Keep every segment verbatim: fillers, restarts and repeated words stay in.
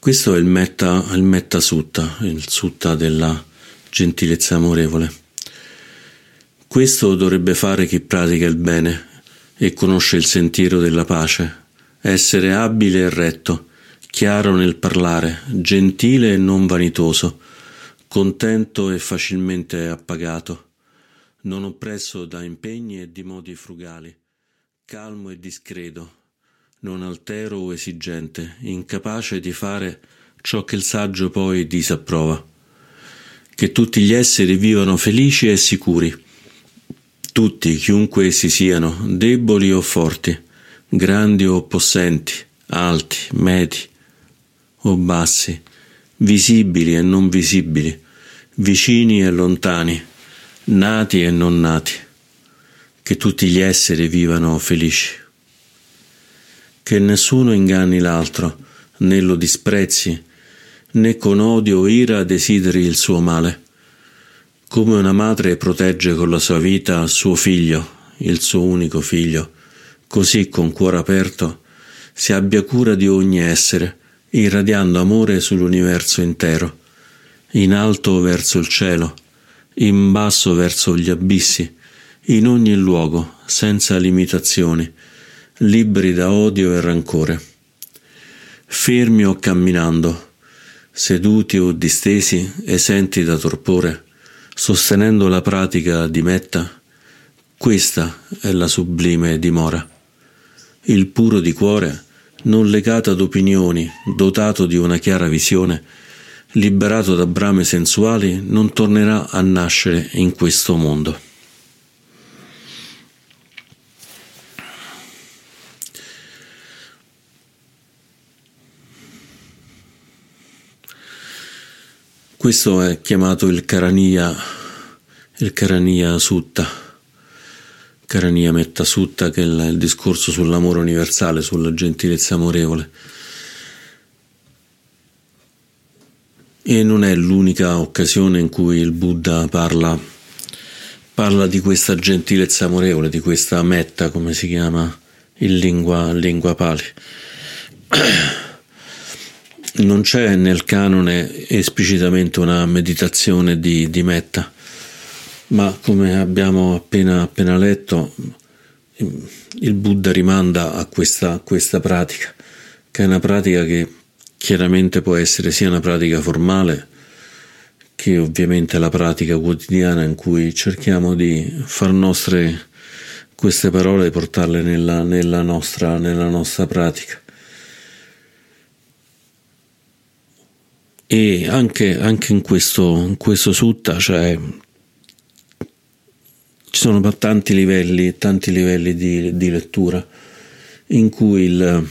Questo è il metta, il metta sutta, il sutta della gentilezza amorevole. Questo dovrebbe fare chi pratica il bene e conosce il sentiero della pace, essere abile e retto, chiaro nel parlare, gentile e non vanitoso, contento e facilmente appagato, non oppresso da impegni e di modi frugali, calmo e discreto, non altero o esigente, incapace di fare ciò che il saggio poi disapprova. Che tutti gli esseri vivano felici e sicuri, tutti, chiunque essi siano, deboli o forti, grandi o possenti, alti, medi o bassi, visibili e non visibili, vicini e lontani, nati e non nati, che tutti gli esseri vivano felici. Che nessuno inganni l'altro, né lo disprezzi, né con odio o ira desideri il suo male. Come una madre protegge con la sua vita suo figlio, il suo unico figlio, così con cuore aperto si abbia cura di ogni essere, irradiando amore sull'universo intero, in alto verso il cielo, in basso verso gli abissi, in ogni luogo, senza limitazioni, liberi da odio e rancore. Fermi o camminando, seduti o distesi, esenti da torpore, sostenendo la pratica di metta, questa è la sublime dimora. Il puro di cuore, non legato ad opinioni, dotato di una chiara visione, liberato da brame sensuali, non tornerà a nascere in questo mondo. Questo è chiamato il Karaniya, il Karaniya Sutta, Karaniya Metta Sutta, che è il, il discorso sull'amore universale, sulla gentilezza amorevole. E non è l'unica occasione in cui il Buddha parla, parla di questa gentilezza amorevole, di questa metta, come si chiama in lingua, lingua Pali. Non c'è nel canone esplicitamente una meditazione di, di metta, ma come abbiamo appena, appena letto, il Buddha rimanda a questa, questa pratica, che è una pratica che chiaramente può essere sia una pratica formale che ovviamente la pratica quotidiana, in cui cerchiamo di far nostre queste parole e portarle nella, nella, nostra, nella nostra pratica. E anche, anche in questo, in questo sutta, cioè, ci sono tanti livelli, tanti livelli di, di lettura, in cui il,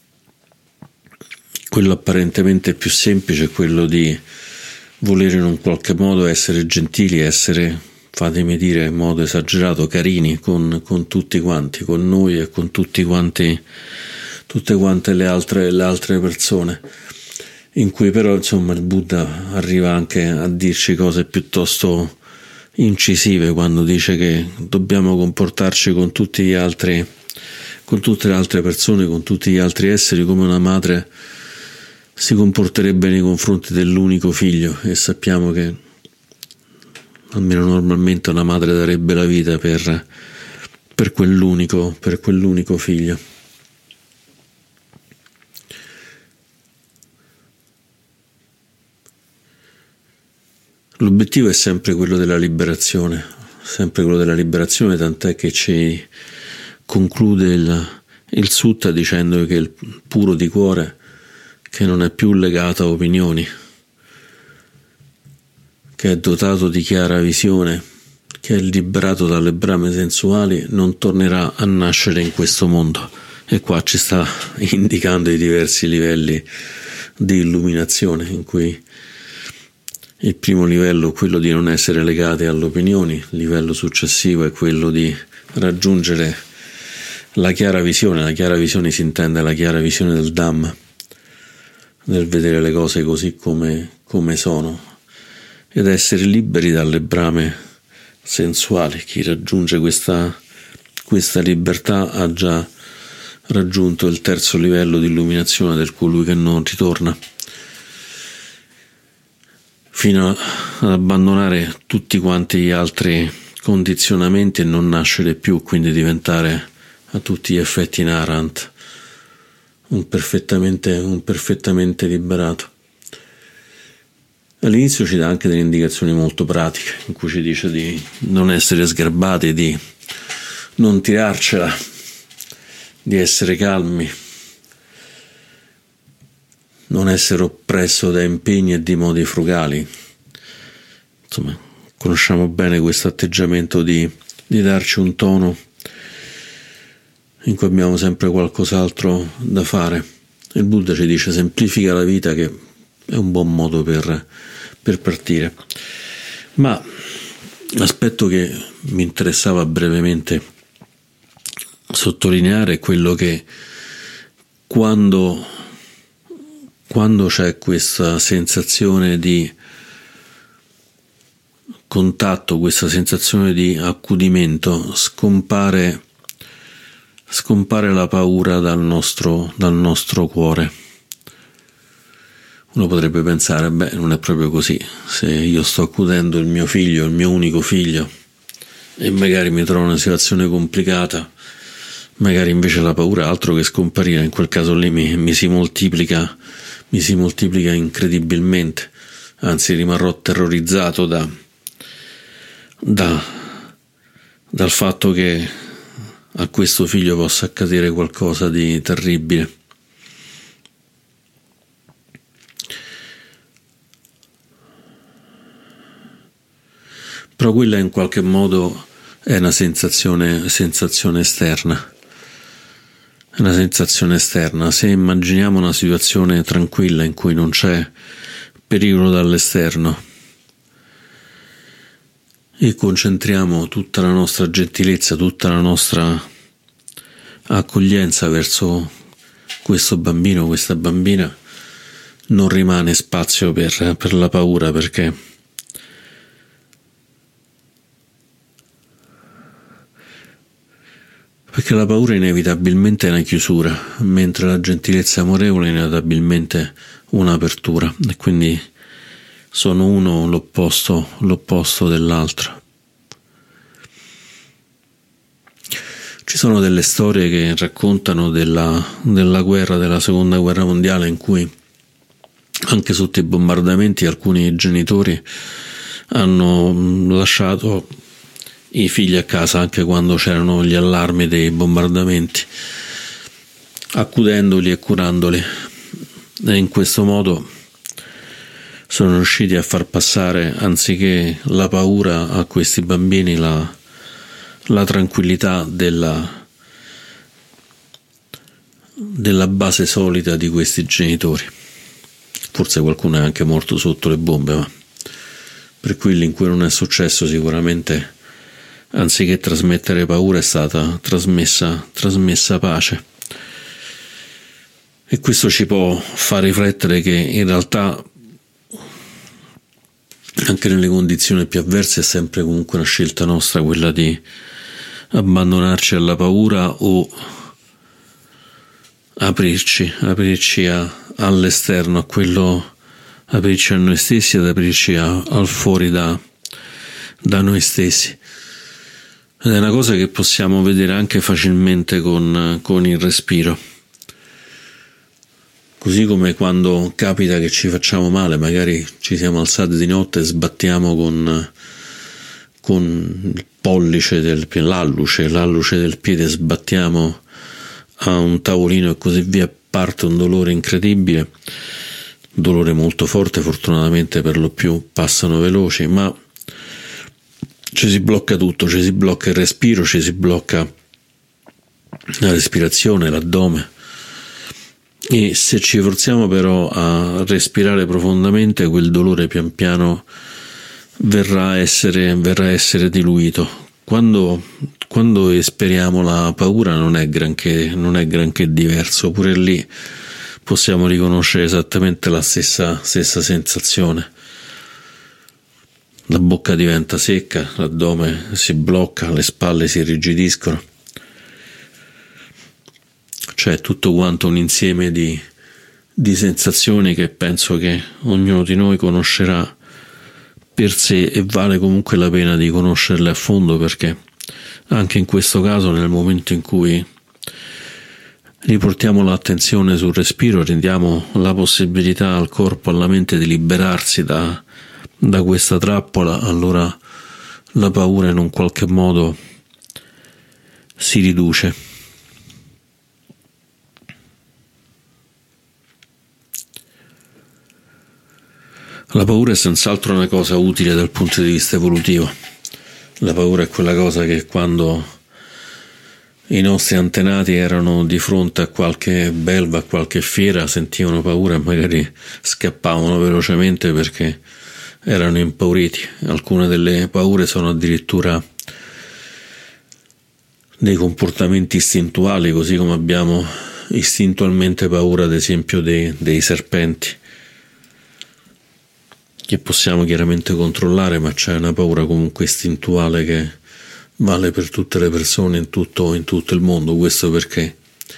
quello apparentemente più semplice è quello di volere in un qualche modo essere gentili, essere, fatemi dire in modo esagerato, carini con, con tutti quanti, con noi e con tutti quanti, tutte quante le altre, le altre persone. In cui però insomma il Buddha arriva anche a dirci cose piuttosto incisive, quando dice che dobbiamo comportarci con tutti gli altri, con tutte le altre persone, con tutti gli altri esseri, come una madre si comporterebbe nei confronti dell'unico figlio, e sappiamo che almeno normalmente una madre darebbe la vita per, per quell'unico, per quell'unico figlio. L'obiettivo è sempre quello della liberazione, sempre quello della liberazione, tant'è che ci conclude il, il sutta dicendo che il puro di cuore, che non è più legato a opinioni, che è dotato di chiara visione, che è liberato dalle brame sensuali, non tornerà a nascere in questo mondo. E qua ci sta indicando i diversi livelli di illuminazione, in cui il primo livello è quello di non essere legati alle opinioni, il livello successivo è quello di raggiungere la chiara visione. La chiara visione si intende la chiara visione del Dhamma, nel vedere le cose così come, come sono, ed essere liberi dalle brame sensuali. Chi raggiunge questa, questa libertà ha già raggiunto il terzo livello di illuminazione, del colui che non ritorna. fino a, ad abbandonare tutti quanti gli altri condizionamenti e non nascere più, quindi diventare a tutti gli effetti Narant, un perfettamente, un perfettamente liberato. All'inizio ci dà anche delle indicazioni molto pratiche, in cui ci dice di non essere sgarbati, di non tirarcela, di essere calmi, non essere oppresso da impegni e di modi frugali. Insomma, conosciamo bene questo atteggiamento di, di darci un tono in cui abbiamo sempre qualcos'altro da fare. Il Buddha ci dice: semplifica la vita, che è un buon modo per, per partire. Ma l'aspetto che mi interessava brevemente sottolineare è quello che quando, quando c'è questa sensazione di contatto, questa sensazione di accudimento, scompare scompare la paura dal nostro, dal nostro cuore. Uno potrebbe pensare: beh, non è proprio così. Se io sto accudendo il mio figlio, il mio unico figlio, e magari mi trovo in una situazione complicata, magari invece la paura altro che scomparire, in quel caso lì mi, mi si moltiplica, mi si moltiplica incredibilmente, anzi rimarrò terrorizzato da, da dal fatto che a questo figlio possa accadere qualcosa di terribile. Però quella in qualche modo è una sensazione, sensazione esterna. È una sensazione esterna. Se immaginiamo una situazione tranquilla in cui non c'è pericolo dall'esterno e concentriamo tutta la nostra gentilezza, tutta la nostra accoglienza verso questo bambino, questa bambina, non rimane spazio per, per la paura, perché perché la paura inevitabilmente è una chiusura, mentre la gentilezza amorevole è inevitabilmente un'apertura, e quindi sono uno l'opposto, l'opposto dell'altro. Ci sono delle storie che raccontano della, della guerra, della seconda guerra mondiale, in cui anche sotto i bombardamenti alcuni genitori hanno lasciato i figli a casa anche quando c'erano gli allarmi dei bombardamenti, accudendoli e curandoli, e in questo modo sono riusciti a far passare, anziché la paura, a questi bambini la, la tranquillità della, della base solida di questi genitori. Forse qualcuno è anche morto sotto le bombe, ma per quelli in cui non è successo sicuramente, anziché trasmettere paura, è stata trasmessa, trasmessa pace. E questo ci può far riflettere che in realtà anche nelle condizioni più avverse è sempre comunque una scelta nostra quella di abbandonarci alla paura o aprirci, aprirci a, all'esterno, a quello, aprirci a noi stessi, ad aprirci a, al fuori da, da noi stessi. Ed è una cosa che possiamo vedere anche facilmente con, con il respiro. Così come quando capita che ci facciamo male, magari ci siamo alzati di notte e sbattiamo con, con il pollice del piede, l'alluce, l'alluce del piede, sbattiamo a un tavolino e così via, parte un dolore incredibile, dolore molto forte, fortunatamente per lo più passano veloci, ma ci si blocca tutto, ci si blocca il respiro, ci si blocca la respirazione, l'addome. E se ci forziamo però a respirare profondamente, quel dolore pian piano verrà a essere, verrà a essere diluito. Quando, quando esperiamo la paura non è granché, non è granché diverso, pure lì possiamo riconoscere esattamente la stessa, stessa sensazione. La bocca diventa secca, l'addome si blocca, le spalle si irrigidiscono. C'è tutto quanto un insieme di, di sensazioni che penso che ognuno di noi conoscerà per sé e vale comunque la pena di conoscerle a fondo, perché anche in questo caso, nel momento in cui riportiamo l'attenzione sul respiro, rendiamo la possibilità al corpo, alla mente di liberarsi da, da questa trappola, allora la paura in un qualche modo si riduce. La paura è senz'altro una cosa utile dal punto di vista evolutivo. La paura è quella cosa che quando i nostri antenati erano di fronte a qualche belva, a qualche fiera, sentivano paura e magari scappavano velocemente perché erano impauriti. Alcune delle paure sono addirittura dei comportamenti istintuali, così come abbiamo istintualmente paura, ad esempio, dei, dei serpenti, che possiamo chiaramente controllare, ma c'è una paura comunque istintuale che vale per tutte le persone in tutto, in tutto il mondo. Questo perché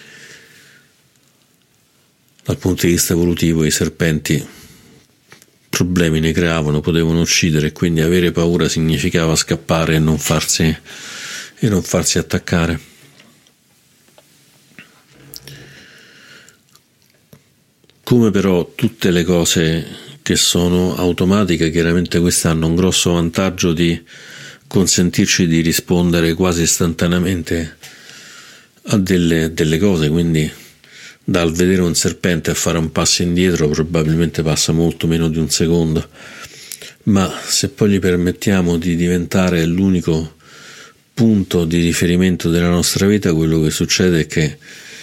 dal punto di vista evolutivo i serpenti problemi ne creavano, potevano uccidere, quindi avere paura significava scappare e non farsi, e non farsi attaccare. Come però tutte le cose che sono automatiche, chiaramente queste hanno un grosso vantaggio di consentirci di rispondere quasi istantaneamente a delle, delle cose, quindi dal vedere un serpente a fare un passo indietro probabilmente passa molto meno di un secondo, ma se poi gli permettiamo di diventare l'unico punto di riferimento della nostra vita, quello che succede è che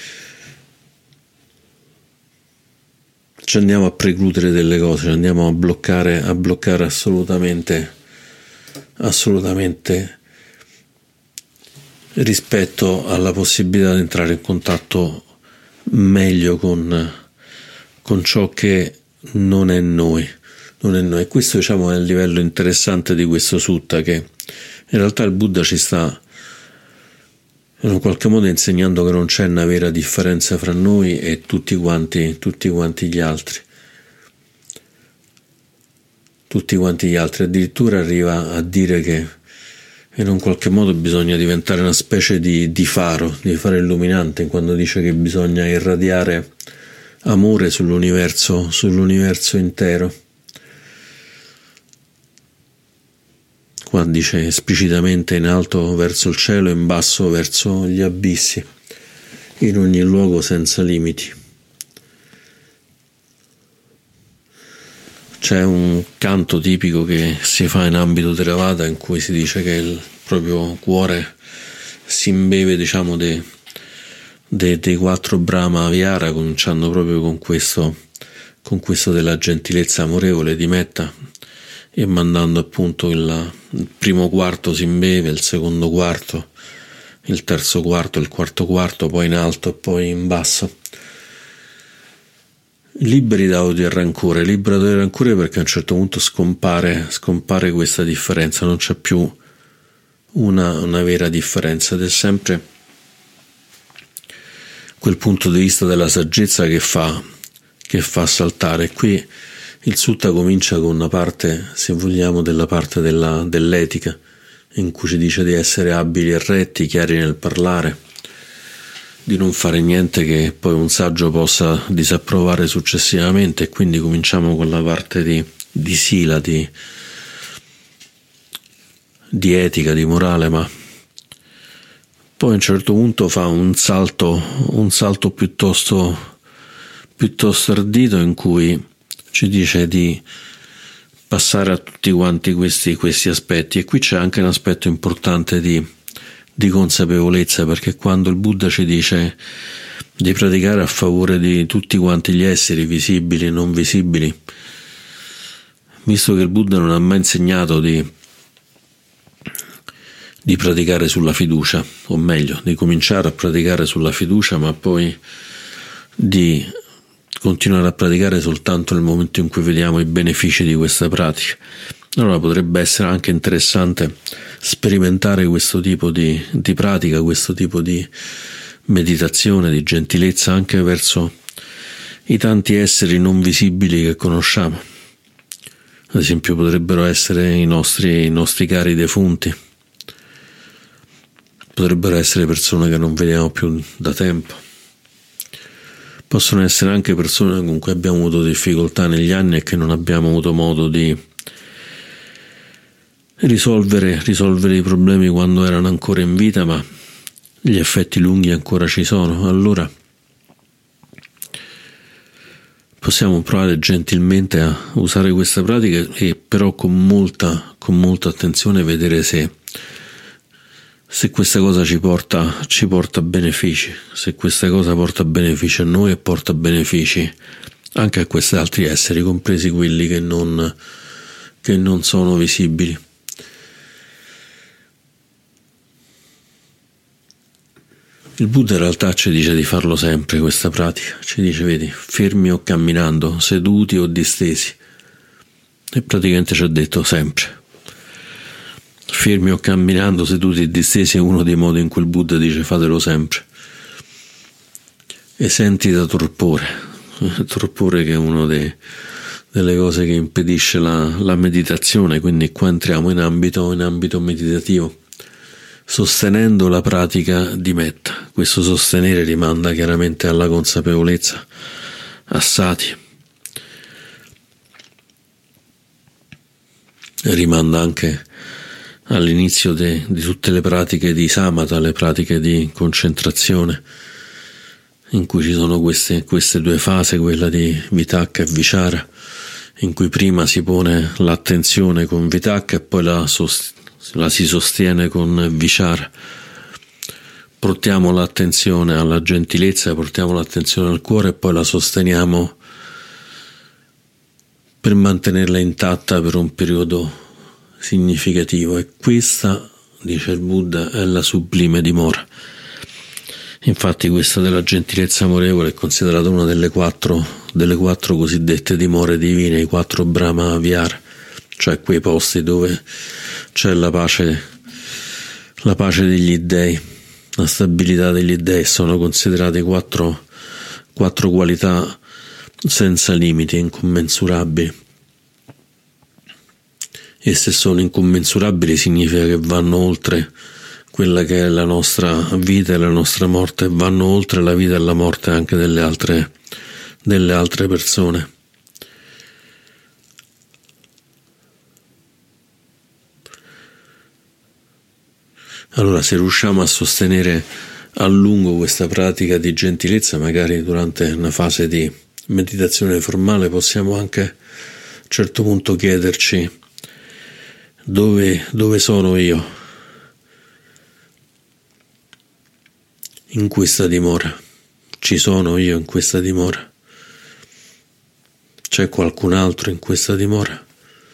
ci andiamo a precludere delle cose, ci andiamo a bloccare, a bloccare assolutamente assolutamente rispetto alla possibilità di entrare in contatto meglio con, con ciò che non è noi, non è noi. Questo, diciamo, è il livello interessante di questo sutta, che in realtà il Buddha ci sta in un qualche modo insegnando che non c'è una vera differenza fra noi e tutti quanti, tutti quanti gli altri. Tutti quanti gli altri. Addirittura arriva a dire che in un qualche modo bisogna diventare una specie di, di faro, di faro illuminante, quando dice che bisogna irradiare amore sull'universo, sull'universo intero. Qua dice esplicitamente: in alto verso il cielo, in basso verso gli abissi, in ogni luogo senza limiti. C'è un canto tipico che si fa in ambito Theravada in cui si dice che il proprio cuore si imbeve, diciamo, dei, dei, dei quattro Brahma Vihara, cominciando proprio con questo, con questo della gentilezza amorevole di Metta, e mandando appunto il, il primo quarto si imbeve, il secondo quarto, il terzo quarto, il quarto quarto, poi in alto e poi in basso. Liberi da odio e rancore, libero da odio e rancore perché a un certo punto scompare, scompare questa differenza, non c'è più una, una vera differenza, ed è sempre quel punto di vista della saggezza che fa, che fa saltare. Qui il sutta comincia con una parte, se vogliamo, della parte della, dell'etica, in cui ci dice di essere abili e retti, chiari nel parlare, di non fare niente che poi un saggio possa disapprovare successivamente, e quindi cominciamo con la parte di, di sila, di, di etica, di morale, ma poi a un certo punto fa un salto, un salto piuttosto, piuttosto ardito, in cui ci dice di passare a tutti quanti questi, questi aspetti. E qui c'è anche un aspetto importante di di consapevolezza, perché quando il Buddha ci dice di praticare a favore di tutti quanti gli esseri visibili e non visibili, visto che il Buddha non ha mai insegnato di, di praticare sulla fiducia, o meglio, di cominciare a praticare sulla fiducia, ma poi di continuare a praticare soltanto nel momento in cui vediamo i benefici di questa pratica, allora potrebbe essere anche interessante sperimentare questo tipo di, di pratica, questo tipo di meditazione, di gentilezza anche verso i tanti esseri non visibili che conosciamo. ad esempio potrebbero essere i nostri, i nostri cari defunti, potrebbero essere persone che non vediamo più da tempo, possono essere anche persone con cui abbiamo avuto difficoltà negli anni e che non abbiamo avuto modo di risolvere, risolvere i problemi quando erano ancora in vita, ma gli effetti lunghi ancora ci sono. Allora possiamo provare gentilmente a usare questa pratica e però con molta, con molta attenzione vedere se, se questa cosa ci porta, ci porta benefici, se questa cosa porta benefici a noi e porta benefici anche a questi altri esseri, compresi quelli che non, che non sono visibili. Il Buddha in realtà ci dice di farlo sempre questa pratica, ci dice, vedi, fermi o camminando, seduti o distesi, e praticamente ci ha detto sempre. Fermi o camminando, seduti e distesi è uno dei modi in cui il Buddha dice fatelo sempre. E senti da torpore, torpore che è una delle cose che impedisce la, la meditazione, quindi qua entriamo in ambito, in ambito meditativo. Sostenendo la pratica di metta. Questo sostenere rimanda chiaramente alla consapevolezza, a sati, rimanda anche all'inizio de, di tutte le pratiche di samatha, le pratiche di concentrazione, in cui ci sono queste, queste due fasi, quella di vitakka e vichara, in cui prima si pone l'attenzione con vitakka e poi la sost- la si sostiene con vichara. Portiamo l'attenzione alla gentilezza, portiamo l'attenzione al cuore e poi la sosteniamo per mantenerla intatta per un periodo significativo. E questa, dice il Buddha, è la sublime dimora. Infatti questa della gentilezza amorevole è considerata una delle quattro, delle quattro cosiddette dimore divine, i quattro Brahma Vihara, cioè quei posti dove c'è la pace, la pace degli dèi, la stabilità degli dèi. Sono considerate quattro, quattro qualità senza limiti, incommensurabili. E se sono incommensurabili significa che vanno oltre quella che è la nostra vita e la nostra morte, vanno oltre la vita e la morte anche delle altre, delle altre persone. Allora, se riusciamo a sostenere a lungo questa pratica di gentilezza, magari durante una fase di meditazione formale, possiamo anche a un certo punto chiederci dove, dove sono io in questa dimora? Ci sono io in questa dimora? C'è qualcun altro in questa dimora?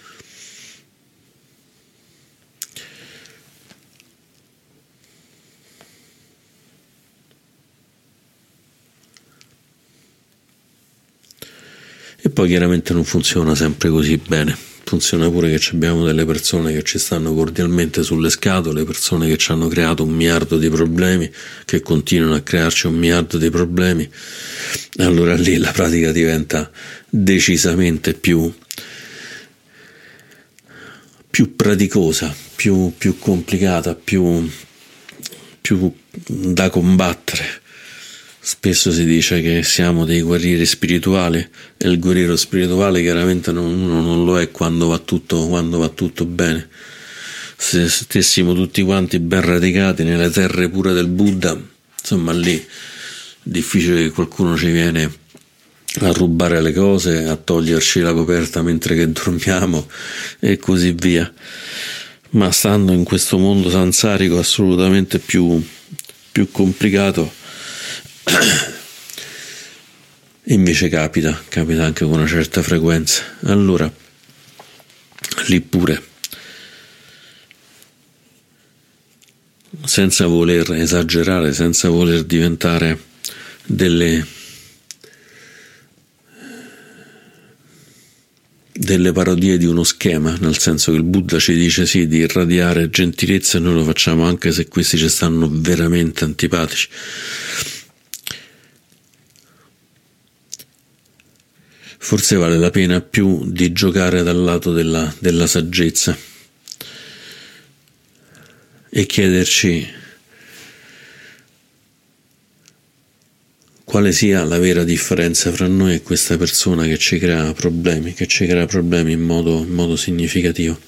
E poi chiaramente non funziona sempre così bene, funziona pure che abbiamo delle persone che ci stanno cordialmente sulle scatole, persone che ci hanno creato un miliardo di problemi, che continuano a crearci un miliardo di problemi, e allora lì la pratica diventa decisamente più, più praticosa, più, più complicata, più, più da combattere. Spesso si dice che siamo dei guerrieri spirituali e il guerriero spirituale chiaramente non, uno non lo è quando va tutto, quando va tutto bene. Se stessimo tutti quanti ben radicati nelle terre pure del Buddha, insomma lì è difficile che qualcuno ci viene a rubare le cose, a toglierci la coperta mentre che dormiamo e così via. Ma stando in questo mondo sansarico assolutamente più, più complicato, invece capita, capita anche con una certa frequenza. Allora, lì pure, senza voler esagerare, senza voler diventare delle delle parodie di uno schema, nel senso che il Buddha ci dice sì di irradiare gentilezza e noi lo facciamo anche se questi ci stanno veramente antipatici. forse vale la pena più di giocare dal lato della, della saggezza e chiederci quale sia la vera differenza fra noi e questa persona che ci crea problemi, che ci crea problemi in modo, in modo significativo.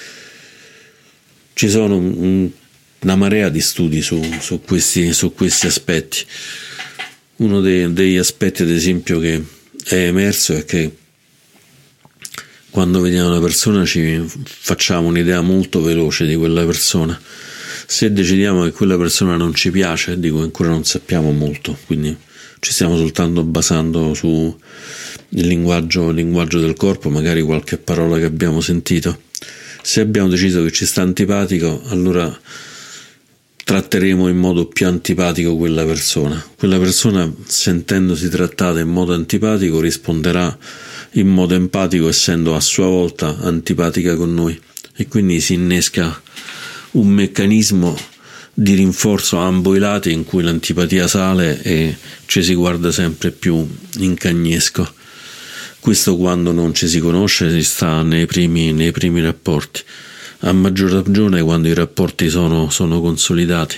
Ci sono un, una marea di studi su, su, questi, su questi aspetti. Uno dei, degli aspetti, ad esempio, che è emerso è che quando vediamo una persona ci facciamo un'idea molto veloce di quella persona. Se decidiamo che quella persona non ci piace, dico ancora non sappiamo molto, quindi ci stiamo soltanto basando sul linguaggio, linguaggio del corpo, magari qualche parola che abbiamo sentito. Se abbiamo deciso che ci sta antipatico, allora tratteremo in modo più antipatico quella persona. Quella persona, sentendosi trattata in modo antipatico, risponderà in modo empatico, essendo a sua volta antipatica con noi, e quindi si innesca un meccanismo di rinforzo a ambo i lati in cui l'antipatia sale e ci si guarda sempre più in cagnesco. Questo quando non ci si conosce, si sta nei primi, nei primi rapporti. A maggior ragione quando i rapporti sono, sono consolidati.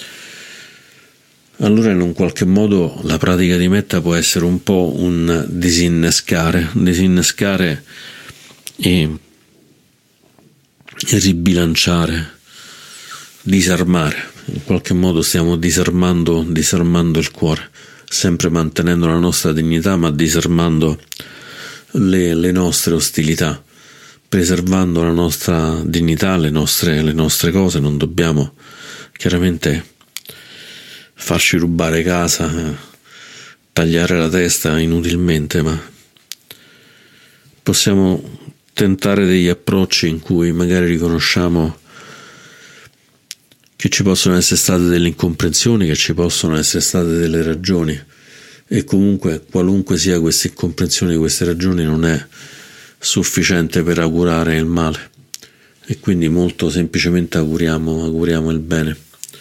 Allora in un qualche modo la pratica di metta può essere un po' un disinnescare, disinnescare e, e ribilanciare, disarmare. In qualche modo stiamo disarmando, disarmando il cuore, sempre mantenendo la nostra dignità, ma disarmando le, le nostre ostilità. Preservando la nostra dignità, le nostre, le nostre cose. Non dobbiamo chiaramente farci rubare casa, eh, tagliare la testa inutilmente, ma possiamo tentare degli approcci in cui magari riconosciamo che ci possono essere state delle incomprensioni, che ci possono essere state delle ragioni, e comunque qualunque sia questa incomprensione, queste ragioni, non è sufficiente per augurare il male, e quindi molto semplicemente auguriamo, auguriamo il bene,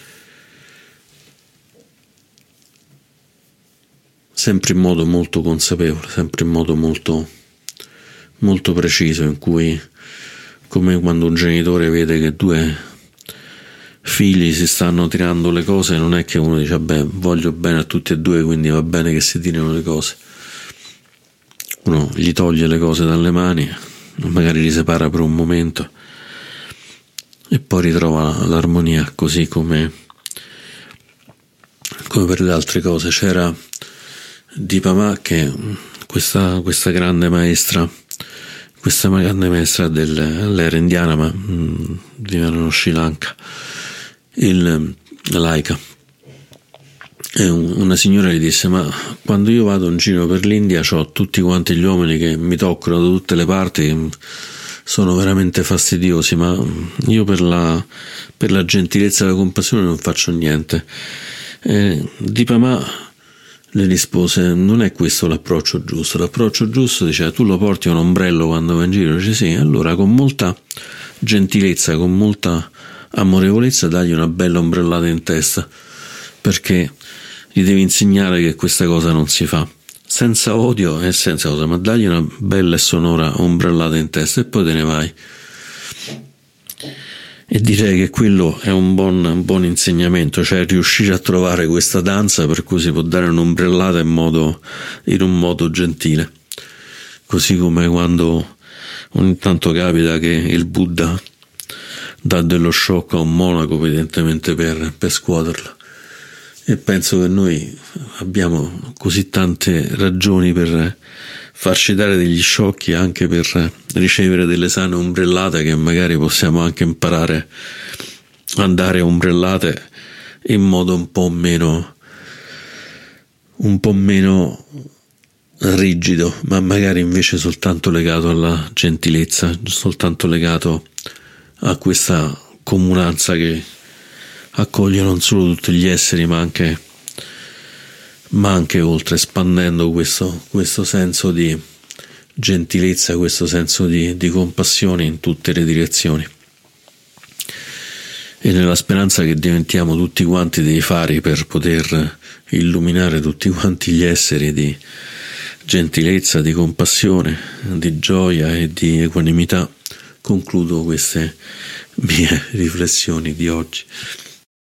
sempre in modo molto consapevole, sempre in modo molto, molto preciso, in cui, come quando un genitore vede che due figli si stanno tirando le cose, non è che uno dice vabbè, voglio bene a tutti e due, quindi va bene che si tirino le cose. Uno gli toglie le cose dalle mani, magari li separa per un momento e poi ritrova l'armonia, così come, come per le altre cose. C'era Dipama, che questa, questa grande maestra, questa grande maestra dell'era indiana, ma mh, vive nello Sri Lanka, il laica. E una signora gli disse: ma quando io vado in giro per l'India c'ho tutti quanti gli uomini che mi toccano da tutte le parti, sono veramente fastidiosi, ma io per la, per la gentilezza e la compassione non faccio niente. E Dipama le rispose: non è questo l'approccio giusto. L'approccio giusto, diceva, tu lo porti un ombrello quando vai in giro? Dice sì. Allora con molta gentilezza, con molta amorevolezza dagli una bella ombrellata in testa, perché gli devi insegnare che questa cosa non si fa, senza odio e senza cosa, ma dagli una bella e sonora ombrellata in testa e poi te ne vai. E direi che quello è un buon, un buon insegnamento, cioè riuscire a trovare questa danza per cui si può dare un'ombrellata in modo, in un modo gentile, così come quando ogni tanto capita che il Buddha dà dello sciocco a un monaco, evidentemente per, per scuoterlo. E penso che noi abbiamo così tante ragioni per farci dare degli sciocchi, anche per ricevere delle sane ombrellate, che magari possiamo anche imparare a dare ombrellate in modo un po' meno un po' meno rigido, ma magari invece soltanto legato alla gentilezza, soltanto legato a questa comunanza che accoglie non solo tutti gli esseri, ma anche, ma anche oltre, espandendo questo, questo senso di gentilezza, questo senso di, di compassione in tutte le direzioni. E nella speranza che diventiamo tutti quanti dei fari per poter illuminare tutti quanti gli esseri di, gentilezza, di compassione, di gioia e di equanimità concludo queste mie riflessioni di oggi.